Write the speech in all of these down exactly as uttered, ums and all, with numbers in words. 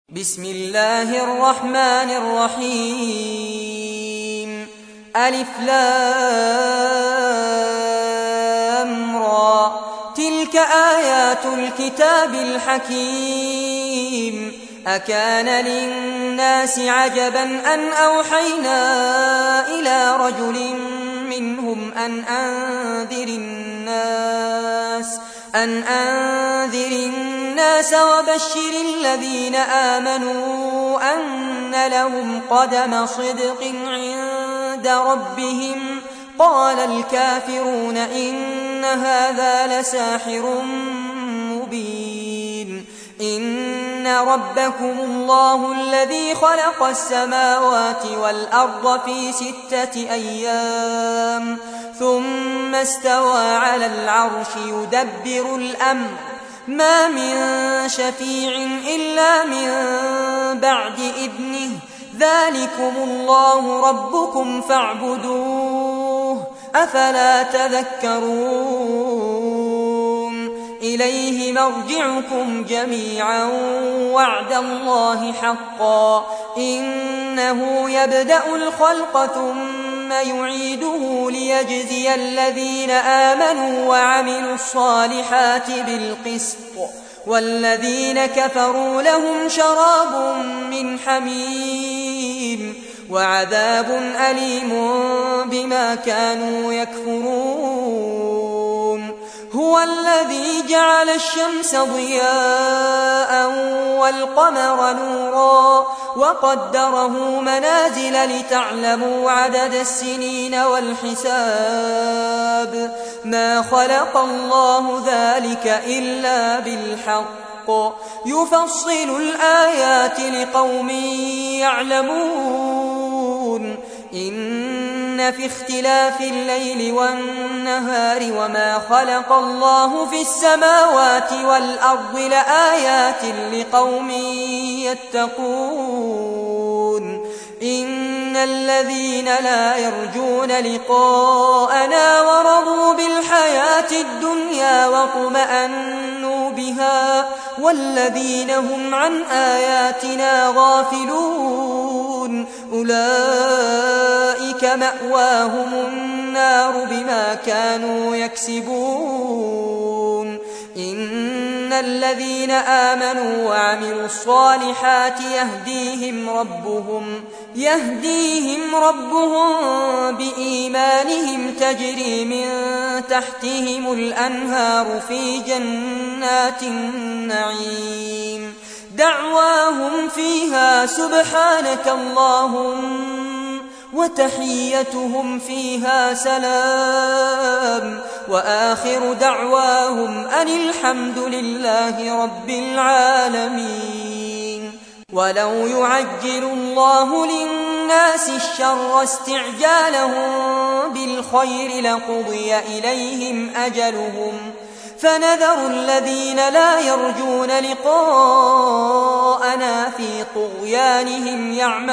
بسم الله الرحمن الرحيم ألف لام را تلك آيات الكتاب الحكيم أكان للناس عجبا أن أوحينا إلى رجل منهم أن أنذر الناس أن أنذر الناس وبشر الذين آمنوا أن لهم قدم صدق عند ربهم قال الكافرون إن هذا لساحر مبين إن ربكم الله الذي خلق السماوات والأرض في ستة أيام ثم استوى على العرش يدبر الأمر ما من شفيع إلا من بعد إذنه ذلكم الله ربكم فاعبدوه أفلا تذكرون إليه مرجعكم جميعا وعد الله حقا إنه يبدأ الخلق ثم يعيده ليجزي الذين آمنوا وعملوا الصالحات بالقسط والذين كفروا لهم شراب من حميم وعذاب أليم بما كانوا يكفرون هو الذي جعل الشمس ضياء والقمر نورا وقدره منازل لتعلموا عدد السنين والحساب ما خلق الله ذلك إلا بالحق يفصل الآيات لقوم يعلمون إن في اختلاف الليل والنهار وما خلق الله في السماوات والأرض لآيات لقوم يتقون إن الذين لا يرجون لقاءنا ورضوا بالحياة الدنيا واطمأنوا بها والذين هم عن آياتنا غافلون أولئك مأواهم النار بما كانوا يكسبون إن الذين آمنوا وعملوا الصالحات يهديهم ربهم يهديهم ربهم بإيمانهم تجري من تحتهم الأنهار في جنات النعيم دعواهم فيها سبحانك اللهم وتحيتهم فيها سلام وآخر دعواهم أن الحمد لله رب العالمين ولو يعجل الله للناس الشر استعجالهم بالخير لقضي إليهم أجلهم فنذر الذين لا يرجون لقاءنا في طغيانهم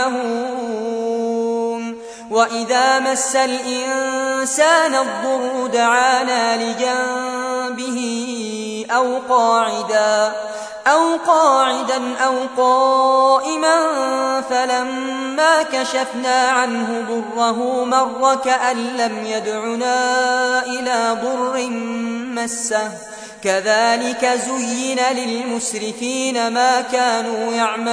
يعمهون وإذا مس الإنسان الضر دعانا لجنبه أو قاعدا أو قاعدا أو قائما فلما كشفنا عنه ضره مر كأن لم يدعنا إلى ضر مسه كذلك زين للمسرفين ما كانوا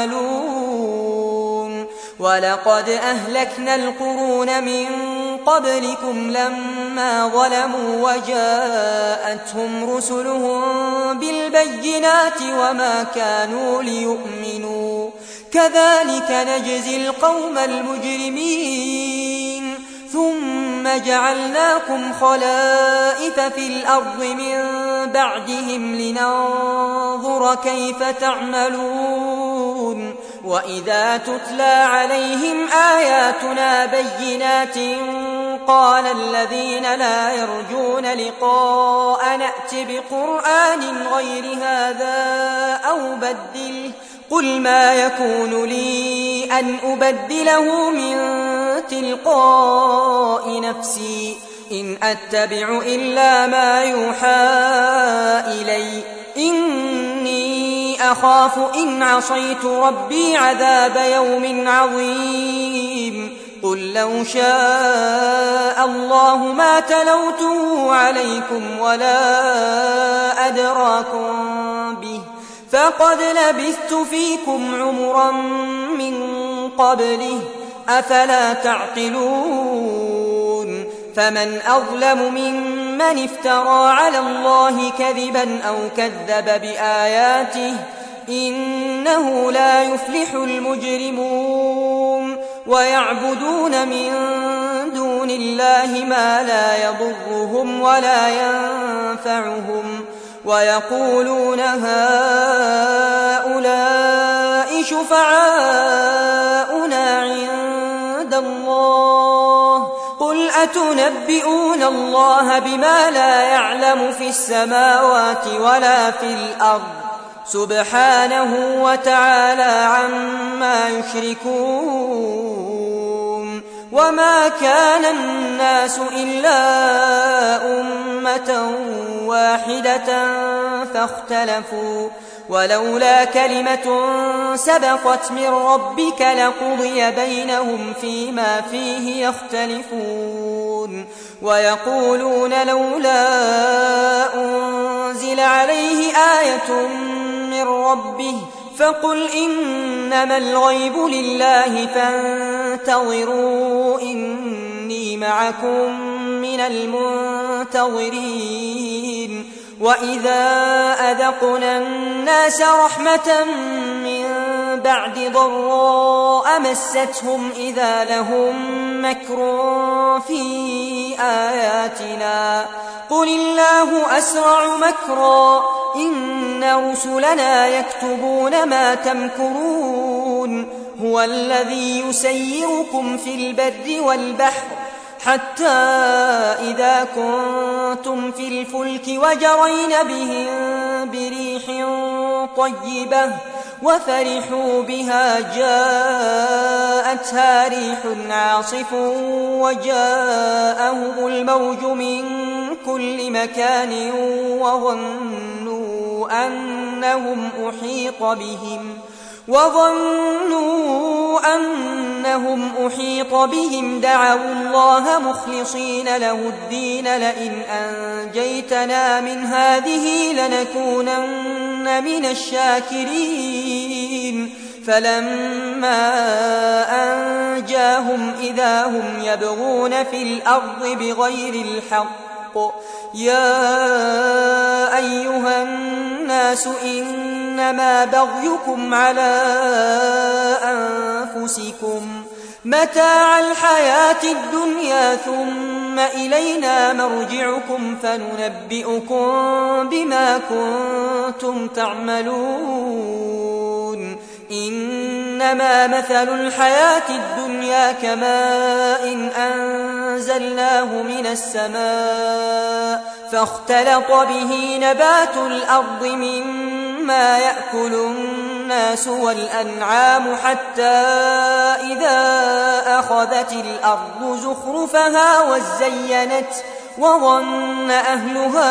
يعملون ولقد أهلكنا القرون من قبلكم لما ظلموا وجاءتهم رسلهم بالبينات وما كانوا ليؤمنوا كذلك نجزي القوم المجرمين ثم جعلناكم خلائف في الأرض من بعدهم لننظر كيف تعملون وإذا تتلى عليهم آياتنا بينات قال الذين لا يرجون لقاء نأت بقرآن غير هذا أو بدله قل ما يكون لي أن أبدله من تلقاء نفسي إن أتبع إلا ما يوحى إلي إني أخاف إن عصيت ربي عذاب يوم عظيم قل لو شاء الله ما تلوته عليكم ولا أدراكم به فقد لبثت فيكم عمرا من قبله أفلا تعقلون فمن أظلم ممن افترى على الله كذبا أو كذب بآياته إنه لا يفلح المجرمون ويعبدون من دون الله ما لا يضرهم ولا ينفعهم ويقولون هؤلاء شفعاؤنا عند الله قل أتنبئون الله بما لا يعلم في السماوات ولا في الأرض سبحانه وتعالى عما يشركون وما كان الناس إلا أمة واحدة فاختلفوا ولولا كلمة سبقت من ربك لقضي بينهم فيما فيه يختلفون ويقولون لولا أنزل عليه آية من ربه فقل إنما الغيب لله فانتظروا إني معكم من المنتظرين وإذا أذقنا الناس رحمة من بعد ضراء مستهم إذا لهم مكر في آياتنا قل الله أسرع مكرا إن رسلنا يكتبون ما تمكرون هو الذي يسيركم في البر والبحر حتى إذا كنتم في الفلك وجرين بهم بريح طيبة وفرحوا بها جاءتها ريح عاصف وجاءهم الموج من كل مكان وظنوا أنهم أحيط بهم وظنوا أنهم أحيط بهم دعوا الله مخلصين له الدين لئن أنجيتنا من هذه لنكونن من الشاكرين فلما أنجاهم إذا هم يبغون في الأرض بغير الحق يا أيها الناس إنما بغيكم على أنفسكم متاع الحياة الدنيا ثم إلينا مرجعكم فننبئكم بما كنتم تعملون إنما مثل الحياة الدنيا كماء أنزلناه من السماء فاختلط به نبات الأرض مما يأكل الناس والأنعام حتى إذا أخذت الأرض زخرفها وزينت وظن أهلها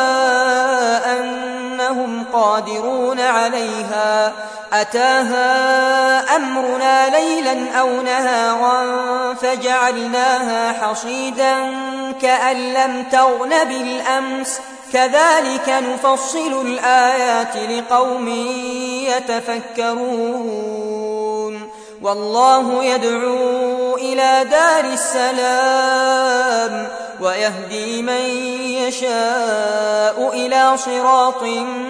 أنهم قادرون عليها أتاها أمرنا ليلا أو نهارا فجعلناها حصيدا كأن لم تغن بالأمس كذلك نفصل الآيات لقوم يتفكرون والله يدعو إلى دار السلام ويهدي من يشاء إلى صراط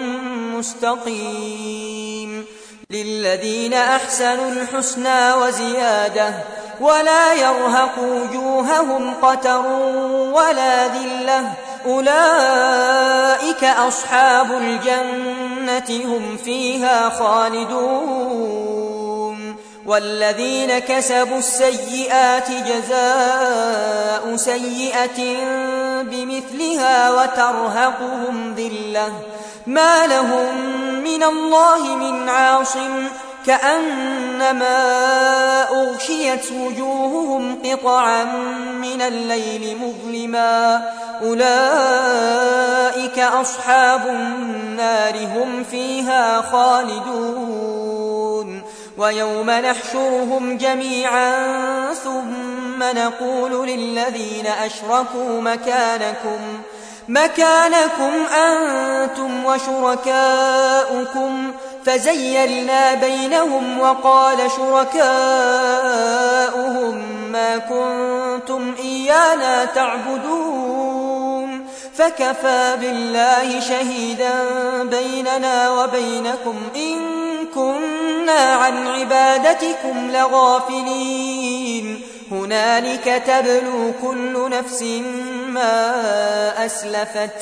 مستقيم للذين أحسنوا الحسنى وزيادة ولا يرهق وجوههم قتر ولا ذلة أولئك أصحاب الجنة هم فيها خالدون والذين كسبوا السيئات جزاء سيئة بمثلها وترهقهم ذلة ما لهم من الله من عاصم كأنما أغشيت وجوههم قطعا من الليل مظلما أولئك أصحاب النار هم فيها خالدون ويوم نحشرهم جميعا ثم نقول للذين أشركوا مكانكم مكانكم أنتم وشركاؤكم فزيلنا بينهم وقال شركاؤهم ما كنتم إيانا تعبدون فكفى بالله شهيدا بيننا وبينكم إن كنا عن عبادتكم لغافلين هنالك تبلو كل نفس ما أسلفت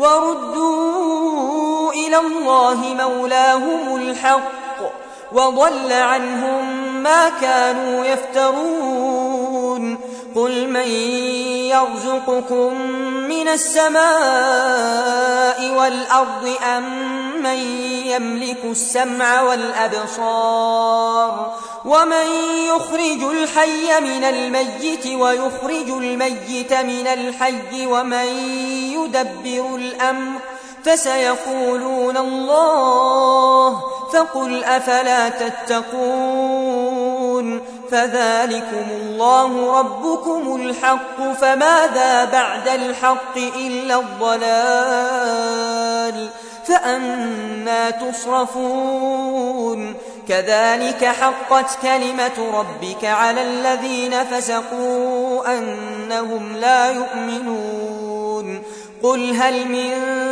وردوا إلى الله مولاهم الحق وضل عنهم ما كانوا يفترون قل من يرزقكم من السماء والأرض أم من يملك السمع والأبصار ومن يخرج الحي من الميت ويخرج الميت من الحي ومن يدبر الأمر فسيقولون الله فقل أفلا تتقون فذلكم الله ربكم الحق فماذا بعد الحق إلا الضلال فأنى تصرفون كذلك حقت كلمة ربك على الذين فسقوا أنهم لا يؤمنون قل هل من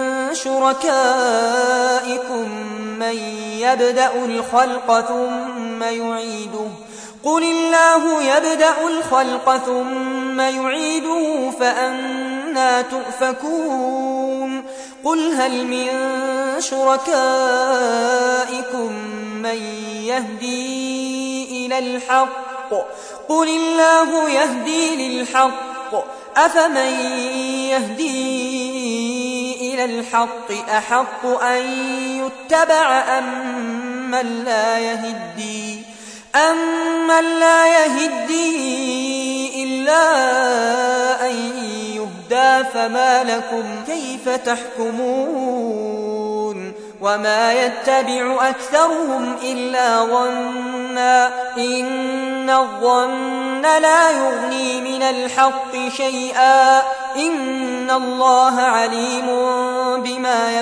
شركائكم من يبدأ الخلق ثم يعيده قل الله يبدأ الخلق ثم يعيده فأنى تؤفكون قل هل من شركائكم من يهدي إلى الحق قل الله يهدي للحق أفمن يهدي إلى الحق أحق أن يتبع أم من لا يهدي أمن لا يهدي إلا أن يهدى فما لكم كيف تحكمون وما يتبع أكثرهم إلا ظنا إن الظن لا يغني من الحق شيئا إن الله عليم بما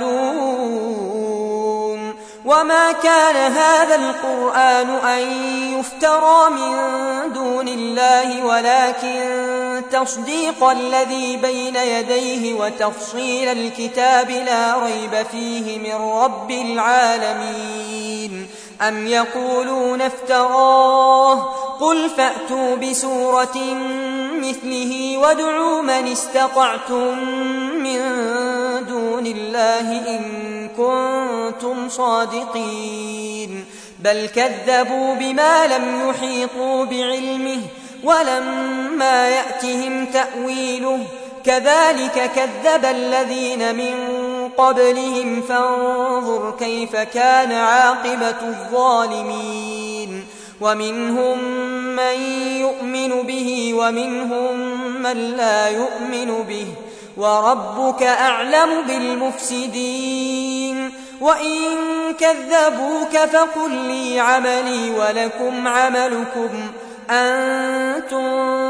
يفعلون وما كان هذا القرآن أن يفترى من دون الله ولكن تصديق الذي بين يديه وتفصيل الكتاب لا ريب فيه من رب العالمين أم يقولون افتراه قل فأتوا بسورة مثله وادعوا من استطعتم من دون الله إن كنتم صادقين بل كذبوا بما لم يحيطوا بعلمه ولما يأتهم تأويله كذلك كذب الذين من قبلهم فانظر كيف كان عاقبة الظالمين ومنهم من يؤمن به ومنهم من لا يؤمن به وربك أعلم بالمفسدين وإن كذبوك فقل لي عملي ولكم عملكم أنتم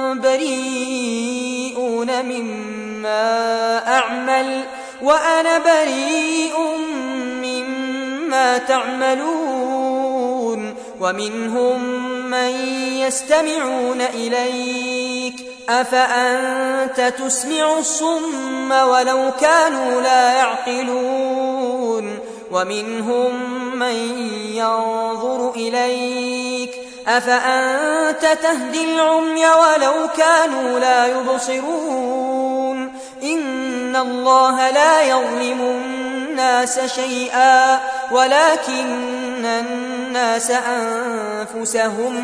بريئون مما أعمل وأنا بريء مما تعملون ومنهم من يستمعون إليك أفأنت تسمع الصم ولو كانوا لا يعقلون ومنهم من ينظر إليك أفأنت تهدي العمي ولو كانوا لا يبصرون إن الله لا يظلم الناس شيئا ولكن الناس أنفسهم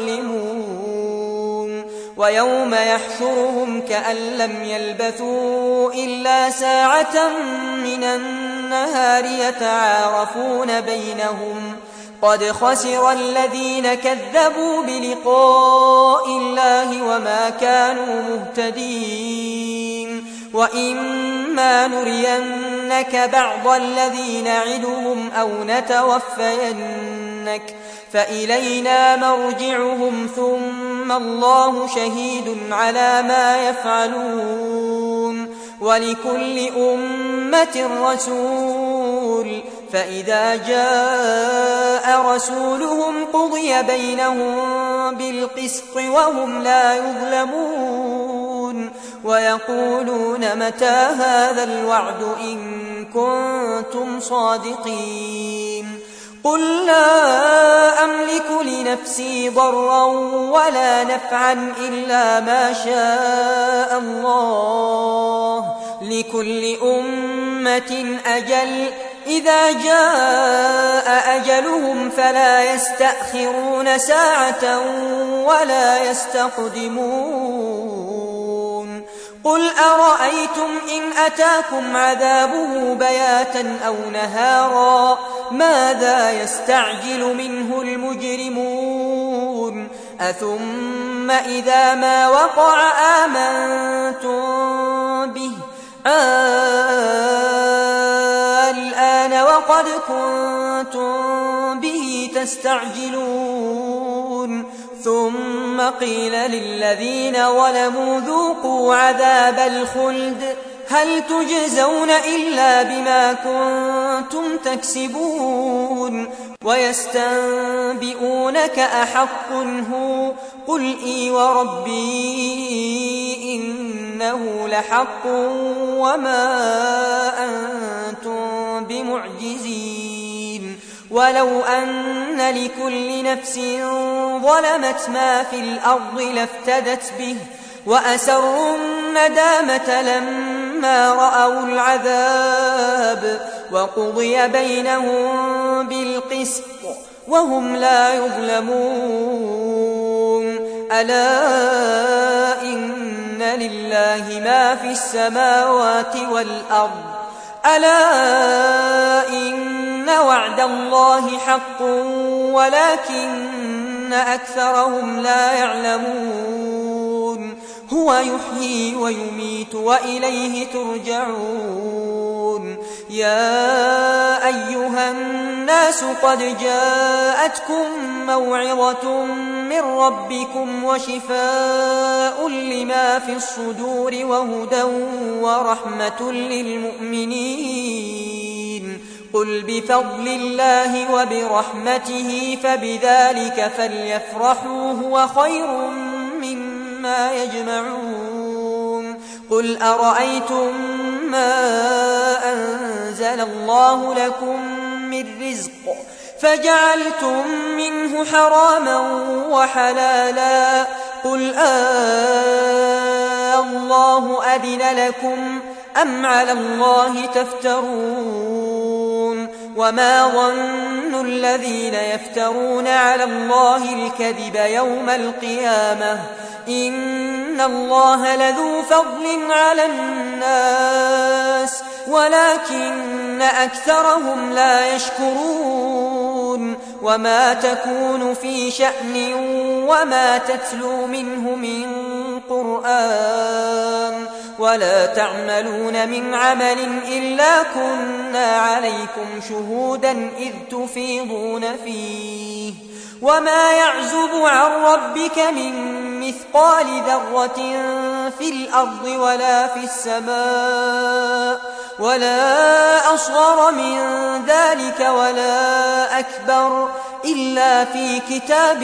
يظلمون ويوم يحشرهم كأن لم يلبثوا إلا ساعة من النهار يتعارفون بينهم قد خسر الذين كذبوا بلقاء الله وما كانوا مهتدين وإما نرينك بعض الذي نعدهم أو نتوفينك فإلينا مرجعهم ثم الله شهيد على ما يفعلون ولكل أمة رسول فإذا جاء رسولهم قضي بينهم بالقسط وهم لا يظلمون ويقولون متى هذا الوعد إن كنتم صادقين قل لا أملك لنفسي ضرا ولا نفعا إلا ما شاء الله لكل أمة أجل إذا جاء أجلهم فلا يستأخرون ساعة ولا يستقدمون قل أرأيتم إن أتاكم عذابه بياتا أو نهارا ماذا يستعجل منه المجرمون أثم إذا ما وقع آمنتم به الآن وقد كنتم به تستعجلون ثم قيل للذين ظلموا ذوقوا عذاب الخلد هل تجزون إلا بما كنتم تكسبون ويستنبئونك أحق هو قل إي وربي إنه لحق وما أنتم بمعجزين ولو أن لكل نفس ظلمت ما في الأرض لافتدت به وأسروا الندامة لما رأوا العذاب وقضي بينهم بالقسط وهم لا يظلمون ألا إن لله ما في السماوات والأرض ألا إن وعد الله حق ولكن أكثرهم لا يعلمون هو يحيي ويميت وإليه ترجعون يا أيها الناس قد جاءتكم موعظة من ربكم وشفاء لما في الصدور وهدى ورحمة للمؤمنين قل بفضل الله وبرحمته فبذلك فليفرحوا هو خير مما يجمعون قل أرأيتم ما أنزل الله لكم من رزق فجعلتم منه حراما وحلالا قل آه الله أذن لكم أم على الله تفترون وما ظن الذين يفترون على الله الكذب يوم القيامة إن الله لذو فضل على الناس ولكن أكثرهم لا يشكرون وما تكون في شأن وما تتلو منه من قرآن ولا تعملون من عمل إلا كنا عليكم شهودا إذ تفيضون فيه وما يعزب عن ربك من مثقال ذرة في الأرض ولا في السماء ولا أصغر من ذلك ولا أكبر إلا في كتاب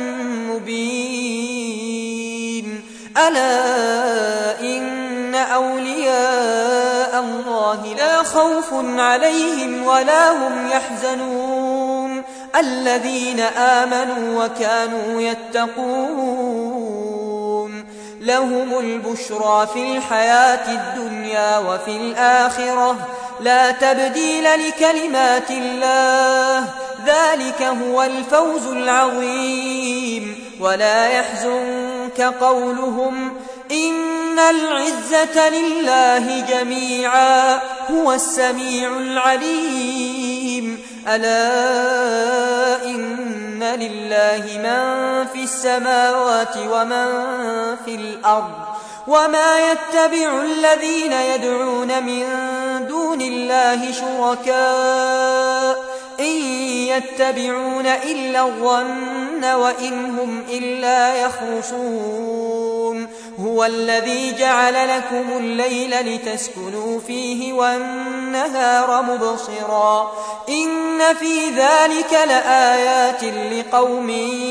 مبين ألا إن أولياء الله لا خوف عليهم ولا هم يحزنون الذين آمنوا وكانوا يتقون لهم البشرى في الحياة الدنيا وفي الآخرة لا تبديل لكلمات الله ذلك هو الفوز العظيم ولا يحزنك قولهم إن العزة لله جميعا هو السميع العليم ألا إن لله من في السماوات ومن في الأرض وما يتبع الذين يدعون من دون الله شركاء إن يتبعون إلا الظن وإن هم إلا يخرصون هو الذي جعل لكم الليل لتسكنوا فيه والنهار مبصرا إن في ذلك لآيات لقوم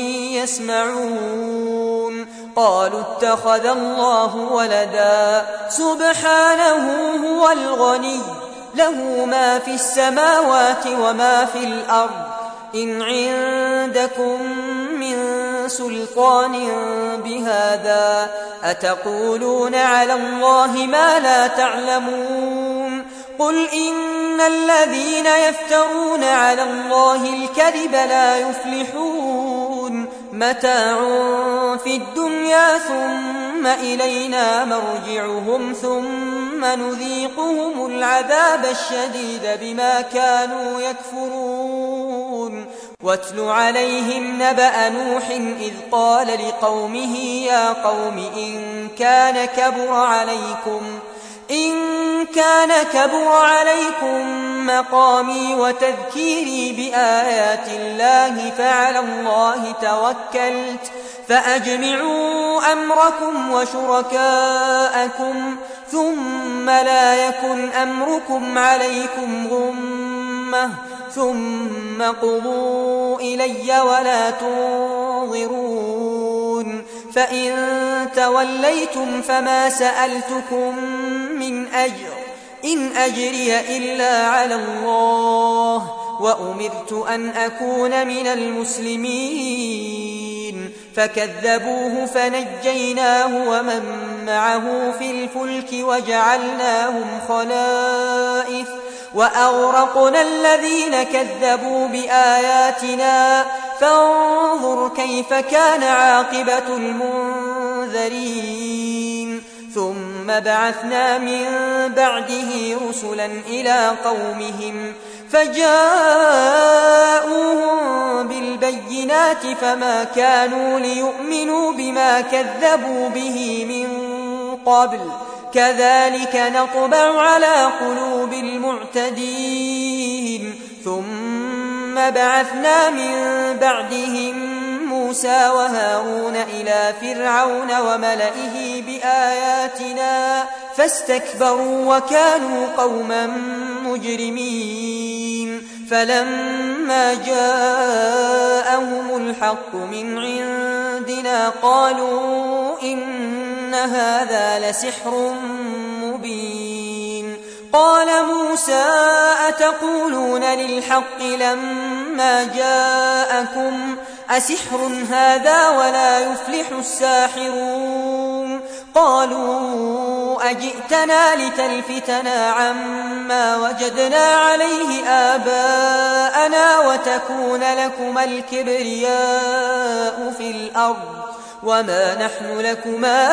يسمعون قالوا اتخذ الله ولدا سبحانه هو الغني له ما في السماوات وما في الأرض إن عندكم من سلطان بهذا أتقولون على الله ما لا تعلمون قل إن الذين يفترون على الله الكذب لا يفلحون متاع في الدنيا ثم إلينا مرجعهم ثم نذيقهم العذاب الشديد بما كانوا يكفرون واتل عليهم نبأ نوح إذ قال لقومه يا قوم إن كان كبر عليكم إن كان كبر عليكم مقامي وتذكيري بآيات الله فعلى الله توكلت فأجمعوا أمركم وشركاءكم ثم لا يكن أمركم عليكم غمة ثم قضوا إلي ولا تنظرون فإن توليتم فما سألتكم من أجر إن أجري إلا على الله وأمرت أن أكون من المسلمين فكذبوه فنجيناه ومن معه في الفلك وجعلناهم خلائف وأغرقنا الذين كذبوا بآياتنا فانظر كيف كان عاقبة المنذرين ثم بعثنا من بعده رسلا إلى قومهم فجاءوهم بالبينات فما كانوا ليؤمنوا بما كذبوا به من قبل كذلك نطبع على قلوب المعتدين ثم بعثنا من بعدهم موسى وهارون إلى فرعون وملئه بآياتنا فاستكبروا وكانوا قوما مجرمين فلما جاءهم الحق من عندنا قالوا إن هذا لسحر مبين قال موسى أتقولون للحق لما جاءكم أسحر هذا ولا يفلح الساحرون قالوا أجئتنا لتلفتنا عما وجدنا عليه آباءنا وتكون لكما الكبرياء في الأرض وما نحن لكما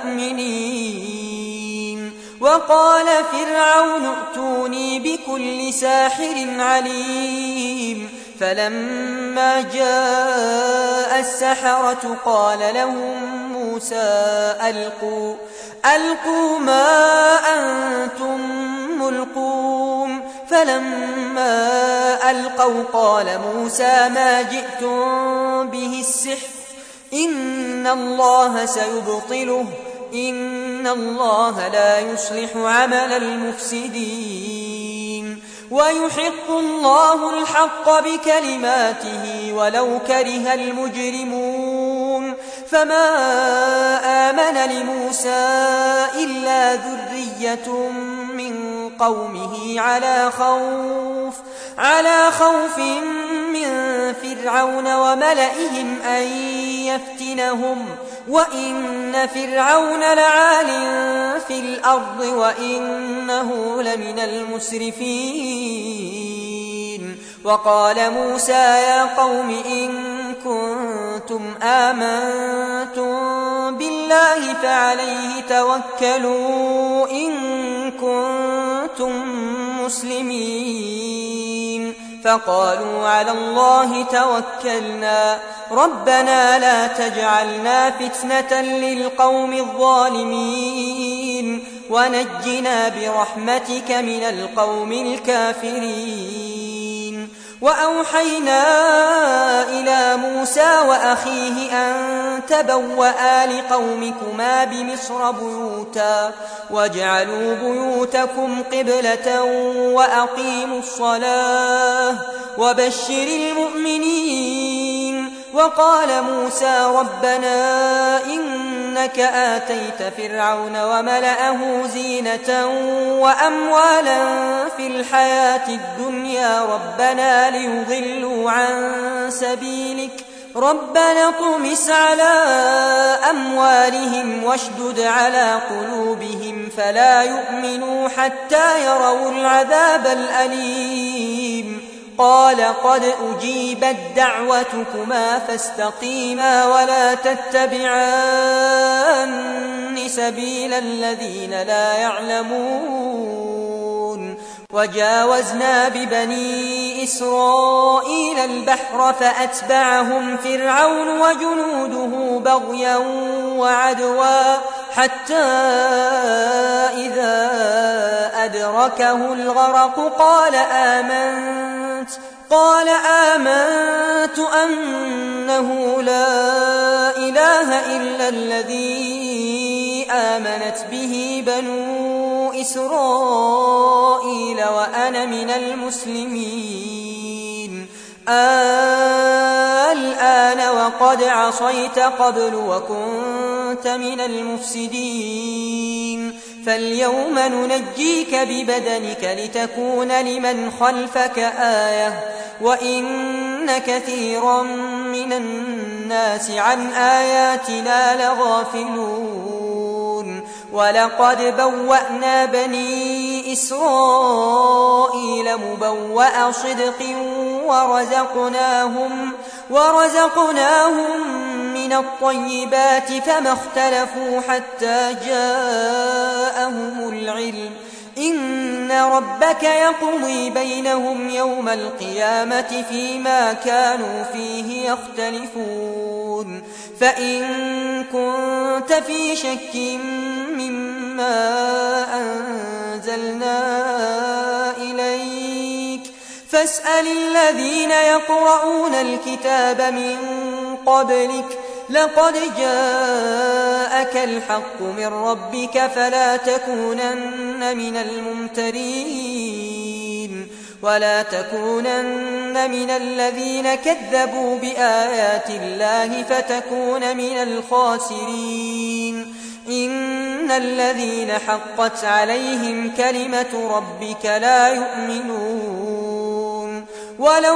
بمؤمنين وقال فرعون ائتوني بكل ساحر عليم فلما جاء السحرة قال لهم موسى ألقوا ألقوا ما أنتم ملقون فلما ألقوا قال موسى ما جئتم به السحر إن الله سيبطله إن الله لا يصلح عمل المفسدين ويحق الله الحق بكلماته ولو كره المجرمون فما آمن لموسى إلا ذرية من قومه على خوف على خوف من فرعون وملئهم أن يفتنهم وإن فرعون لعال في الأرض وإنه لمن المسرفين وقال موسى يا قوم إن كنتم آمنتم بالله فعليه توكلوا إن كنتم مسلمين فقالوا على الله توكلنا ربنا لا تجعلنا فتنة للقوم الظالمين ونجنا برحمتك من القوم الكافرين. وأوحينا إلى موسى وأخيه أن تبوأ لقومكما بمصر بيوتا واجعلوا بيوتكم قبلة وأقيموا الصلاة وبشر المؤمنين. وقال موسى ربنا إنك آتيت فرعون وملأه زينة وأموالا في الحياة الدنيا ربنا ليضلوا عن سبيلك ربنا اطمس على أموالهم واشدد على قلوبهم فلا يؤمنوا حتى يروا العذاب الأليم. قال قد أجيبت دعوتكما فاستقيما ولا تتبعان سبيل الذين لا يعلمون. وجاوزنا ببني إسرائيل البحر فأتبعهم فرعون وجنوده بغيا وعدوا حتى إذا أدركه الغرق قال آمنت قال آمنت أنه لا إله إلا الذي آمنت به بنو إسرائيل وأنا من المسلمين. الآن وقد عصيت قبل وكنت من المفسدين فاليوم ننجيك ببدنك لتكون لمن خلفك آية وإن كثيرا من الناس عن آياتنا لغافلون. ولقد بوأنا بني إسرائيل مبوأ صدق ورزقناهم, ورزقناهم من الطيبات فما اختلفوا حتى جاءهم العلم إن ربك يقضي بينهم يوم القيامة فيما كانوا فيه يختلفون. فإن كنت في شك مما أنزلنا إليك فاسأل الذين يقرؤون الكتاب من قبلك لقد جاءك الحق من ربك فلا تكونن من الممترين ولا تكونن من الذين كذبوا بآيات الله فتكون من الخاسرين. إن الذين حقت عليهم كلمة ربك لا يؤمنون ولو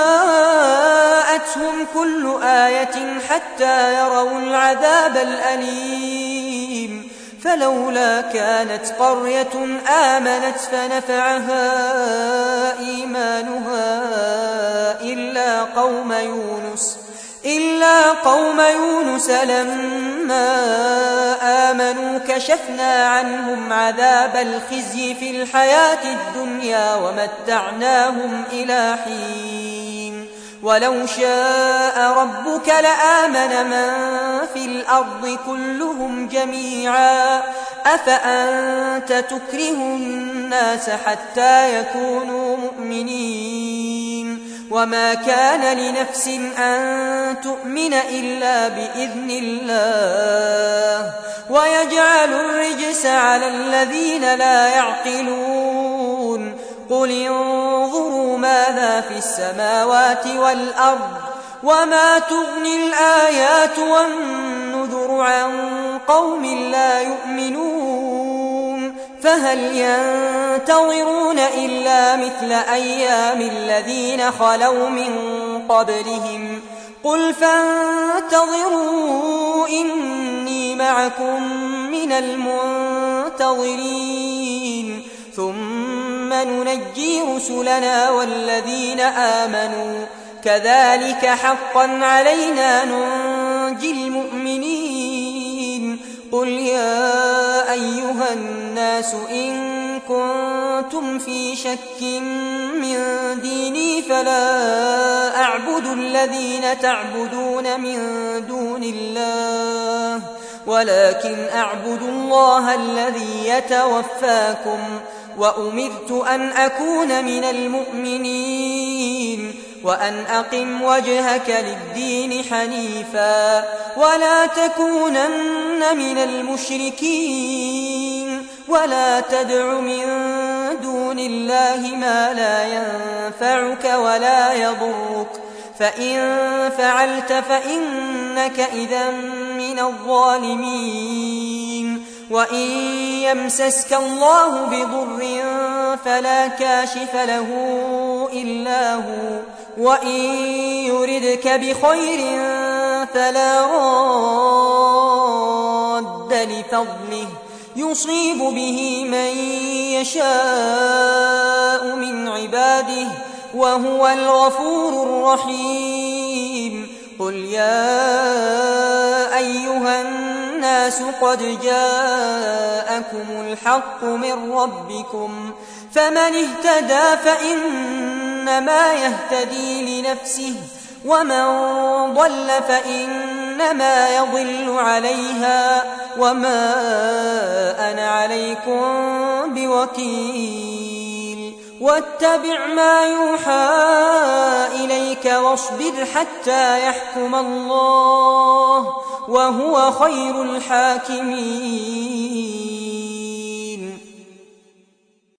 جاءتهم كل آية حتى يروا العذاب الأليم فلولا كانت قرية آمنت فنفعها إيمانها إلا قوم يونس إلا قوم يونس لما آمنوا كشفنا عنهم عذاب الخزي في الحياة الدنيا ومتعناهم إلى حين. ولو شاء ربك لآمن من في الأرض كلهم جميعا أفأنت تكره الناس حتى يكونوا مؤمنين وما كان لنفس أن تؤمن إلا بإذن الله ويجعل الرجس على الذين لا يعقلون. قل انظروا ماذا في السماوات والأرض وما تغني الآيات والنذر عن قوم لا يؤمنون فهل ينتظرون إلا مثل أيام الذين خلوا من قبلهم قل فانتظروا إني معكم من المنتظرين ثم ننجي رسلنا والذين آمنوا كذلك حقا علينا ننجي المؤمنين. قل يا أيها الناس إن كنتم كنتم في شك من ديني فلا أعبد الذين تعبدون من دون الله ولكن أعبد الله الذي يتوفاكم وأمرت أن أكون من المؤمنين وأن أقم وجهك للدين حنيفا ولا تكونن من المشركين ولا تدع من دون الله ما لا ينفعك ولا يضرك فإن فعلت فإنك إذا من الظالمين وإن يمسسك الله بضر فلا كاشف له إلا هو وإن يردك بخير فلا راد لفضله يصيب به من يشاء من عباده وهو الغفور الرحيم قل يا أيها الناس قد جاءكم الحق من ربكم فمن اهتدى فإنما يهتدي لنفسه ومن ضل فإنما يضل عليها وما أنا عليكم بوكيل واتبع ما يوحى إليك واصبر حتى يحكم الله وهو خير الحاكمين